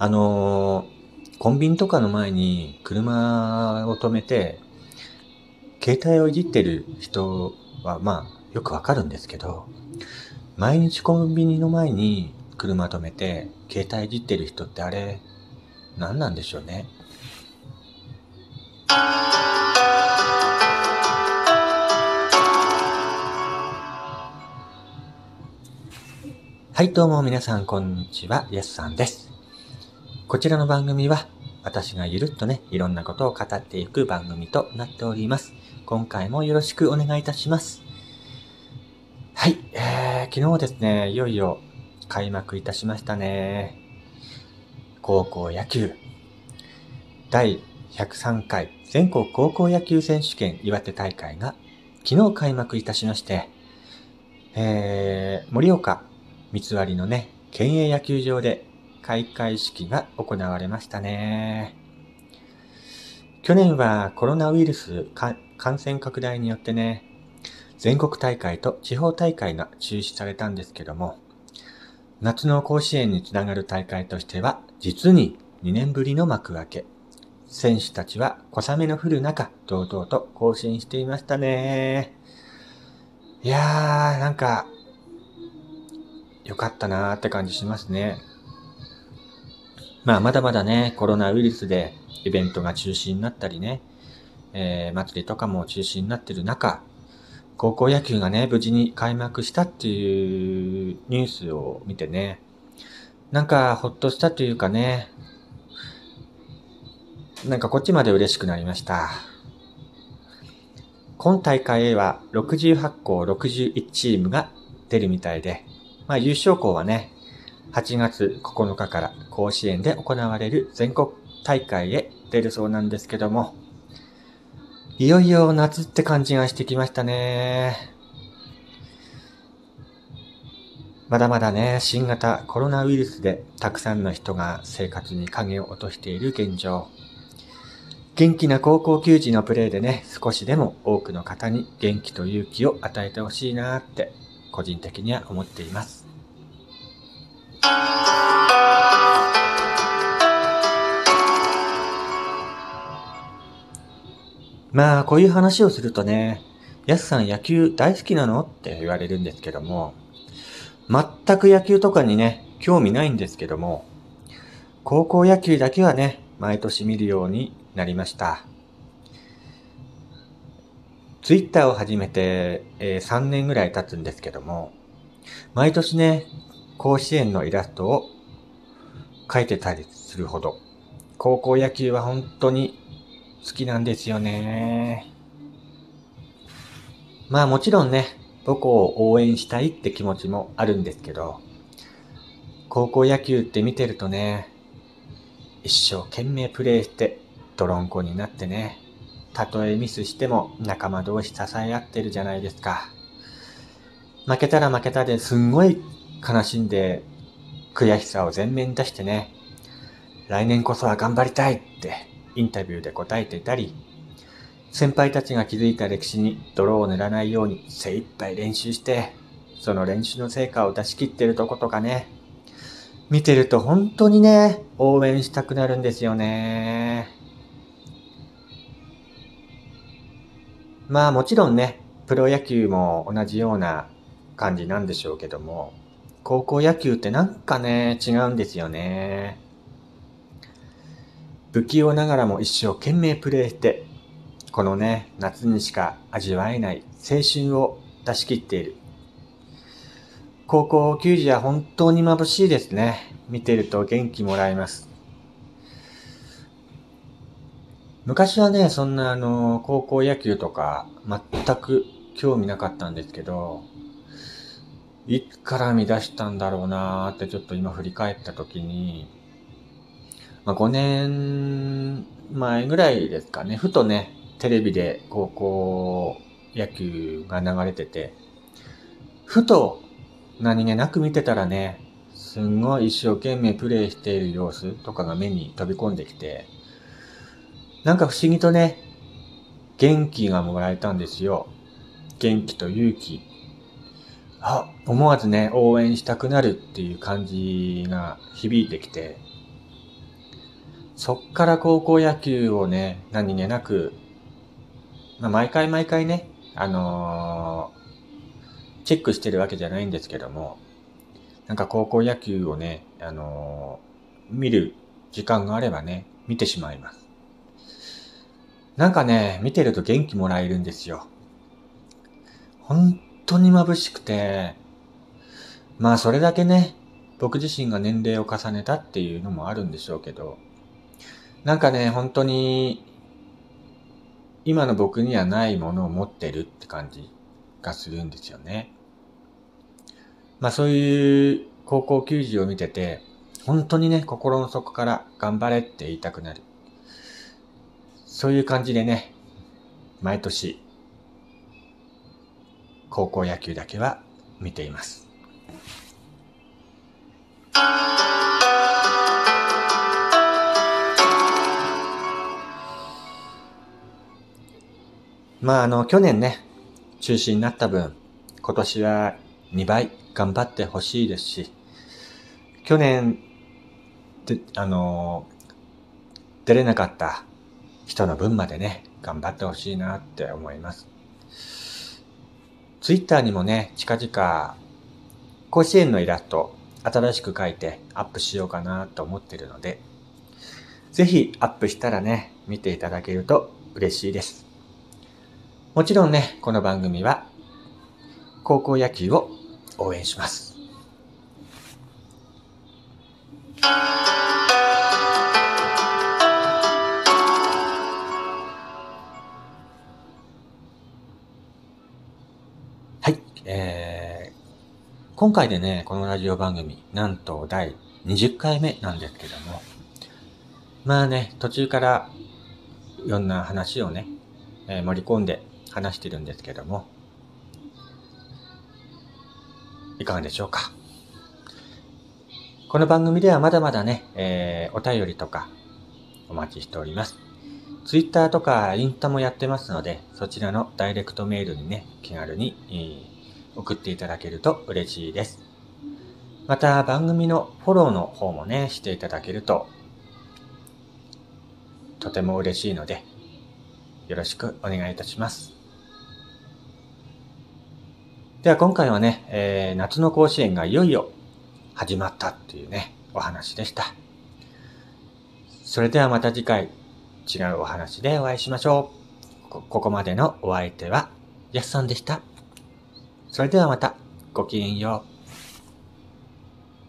コンビニとかの前に車を止めて、携帯をいじってる人はよくわかるんですけど、毎日コンビニの前に車止めて、携帯いじってる人ってあれ、何なんでしょうね。はい、どうも皆さんこんにちは、やすさんです。こちらの番組は、私がゆるっとね、いろんなことを語っていく番組となっております。今回もよろしくお願いいたします。はい、昨日ですね、いよいよ開幕いたしましたね。高校野球第103回全国高校野球選手権岩手大会が昨日開幕いたしまして、盛岡三つ割のね、県営野球場で開会式が行われましたね。去年はコロナウイルス感染拡大によってね、全国大会と地方大会が中止されたんですけども、夏の甲子園につながる大会としては実に2年ぶりの幕開け。選手たちは小雨の降る中、堂々と行進していましたね。いやー、なんか良かったなーって感じしますね。まだまだね、コロナウイルスでイベントが中止になったりね、祭りとかも中止になってる中、高校野球がね、無事に開幕したっていうニュースを見てね、なんかほっとしたというかね、なんかこっちまで嬉しくなりました。今大会へは68校61チームが出るみたいで、優勝校はね、8月9日から甲子園で行われる全国大会へ出るそうなんですけども、いよいよ夏って感じがしてきましたね。まだまだね、新型コロナウイルスでたくさんの人が生活に影を落としている現状。元気な高校球児のプレーでね、少しでも多くの方に元気と勇気を与えてほしいなって個人的には思っています。こういう話をするとね、やすさん野球大好きなのって言われるんですけども、全く野球とかにね、興味ないんですけども、高校野球だけはね、毎年見るようになりました。ツイッターを始めて、3年ぐらい経つんですけども、毎年ね、甲子園のイラストを描いてたりするほど、高校野球は本当に好きなんですよね。もちろんね、母校を応援したいって気持ちもあるんですけど、高校野球って見てるとね、一生懸命プレーして泥んこになってね、たとえミスしても仲間同士支え合ってるじゃないですか。負けたら負けたですんごい悲しんで悔しさを前面に出してね、来年こそは頑張りたいってインタビューで答えていたり、先輩たちが築いた歴史に泥を塗らないように精一杯練習して、その練習の成果を出し切ってるとことかね、見てると本当にね、応援したくなるんですよね。もちろんね、プロ野球も同じような感じなんでしょうけども、高校野球ってなんかね、違うんですよね。不器用ながらも一生懸命プレーして、このね、夏にしか味わえない青春を出し切っている。高校球児は本当に眩しいですね。見てると元気もらえます。昔はね、そんな高校野球とか全く興味なかったんですけど、いつから見出したんだろうなーってちょっと今振り返った時に、5年前ぐらいですかね、ふとね、テレビで高校野球が流れてて、ふと何気なく見てたらね、すんごい一生懸命プレイしている様子とかが目に飛び込んできて、なんか不思議とね、元気がもらえたんですよ。元気と勇気。思わずね、応援したくなるっていう感じが響いてきて、 そっから高校野球をね、何気なく、毎回ね、チェックしてるわけじゃないんですけども、なんか高校野球をね、見る時間があればね、見てしまいます。なんかね、見てると元気もらえるんですよ。本当に眩しくて、それだけね、僕自身が年齢を重ねたっていうのもあるんでしょうけど、なんかね、本当に今の僕にはないものを持ってるって感じがするんですよね。そういう高校球児を見てて、本当にね、心の底から頑張れって言いたくなる。そういう感じでね、毎年高校野球だけは見ています。去年ね、中止になった分、今年は2倍頑張ってほしいですし、去年で、出れなかった人の分までね、頑張ってほしいなって思います。ツイッターにもね、近々、甲子園のイラスト、新しく描いてアップしようかなと思ってるので、ぜひアップしたらね、見ていただけると嬉しいです。もちろんね、この番組は、高校野球を応援します。はい、今回でね、このラジオ番組、なんと第20回目なんですけども、途中からいろんな話をね、盛り込んで話してるんですけども、いかがでしょうか。この番組ではまだまだね、お便りとかお待ちしております。ツイッターとかインスタもやってますので、そちらのダイレクトメールにね、気軽に、送っていただけると嬉しいです。また番組のフォローの方もね、していただけるととても嬉しいので、よろしくお願いいたします。では今回はね、夏の甲子園がいよいよ始まったっていうね、お話でした。それではまた次回、違うお話でお会いしましょう。ここまでのお相手は、やすさんでした。それではまた、ごきげんよう。